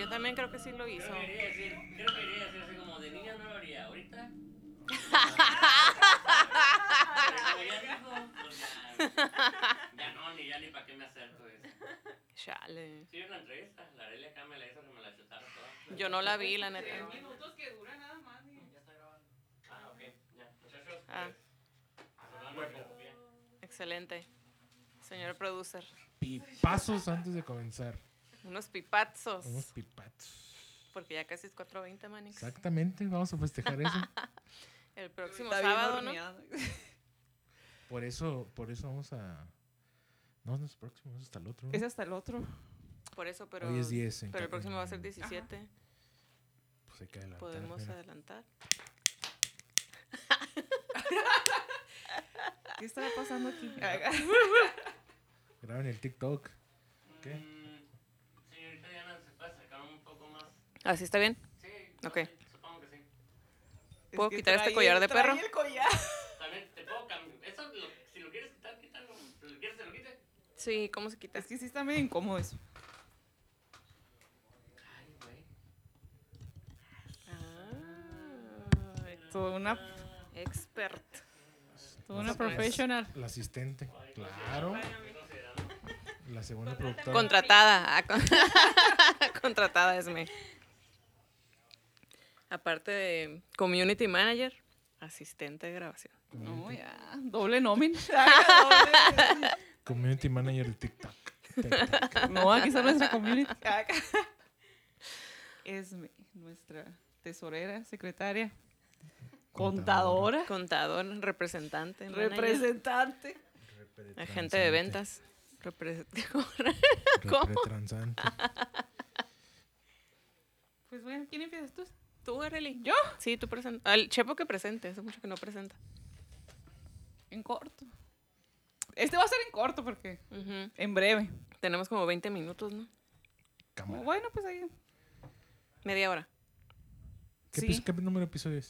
también creo que sí lo hizo. Creo que iría a decir así como de niña no lo haría. Ahorita. Pero como ya dijo, pues ya no, ni para qué me acerco. Chale. Sí, una entrevista. La Aurelia acá me la hizo que me la chutara toda. Yo no la vi, la neta. 3 minutos que dura nada más. Ya está grabando. Ah, ok. Ya. Muchachos, Ah. pues. Excelente. Señor producer. Pipazos antes de comenzar. Unos pipazos. Unos pipazos. Porque ya casi es 4:20, Manix. Exactamente, vamos a festejar eso. El próximo Está bien sábado, ¿no? horneado. Por eso vamos a... No es próximo, es hasta el otro. ¿no? Es hasta el otro. Por eso, pero... Hoy es 10. Pero el próximo va a ser 17. Pues hay que adelantar. Podemos mira. adelantar. ¿Qué estará pasando aquí? Graben el TikTok. ¿Qué? Señorita Diana, ¿se puede acercar un poco más? ¿Así está bien? Sí. Ok. Sí, supongo que sí. ¿Puedo Es que quitar este trae collar el- de trae perro? el collar. También te puedo cambiar. Eso, si lo quieres quitar, quítalo. Si lo quieres, se lo quite. Sí, ¿cómo se quita? Es que sí está medio incómodo eso. Ay, güey. Ah, Toda una expert. professional. La asistente. Claro. La segunda productora. Contratada. Contratada es me. Aparte de community manager, asistente de grabación. No, ya. Doble nómina. Community manager de TikTok. No, aquí está nuestra community. Es nuestra tesorera, secretaria, contadora, Contador, representante, manager, representante. agente de ventas. Repretransante. Pues bueno, ¿quién empiezas tú? ¿Tú, Arely? ¿Yo? Sí, tú presenta. Al Chepo que presente, hace mucho que no presenta. En corto. Este va a ser en corto porque Ujú. en breve. Tenemos como 20 minutos, ¿no? Cámara. Bueno, pues ahí. Media hora. ¿Qué, Sí. ¿Qué número de episodio es?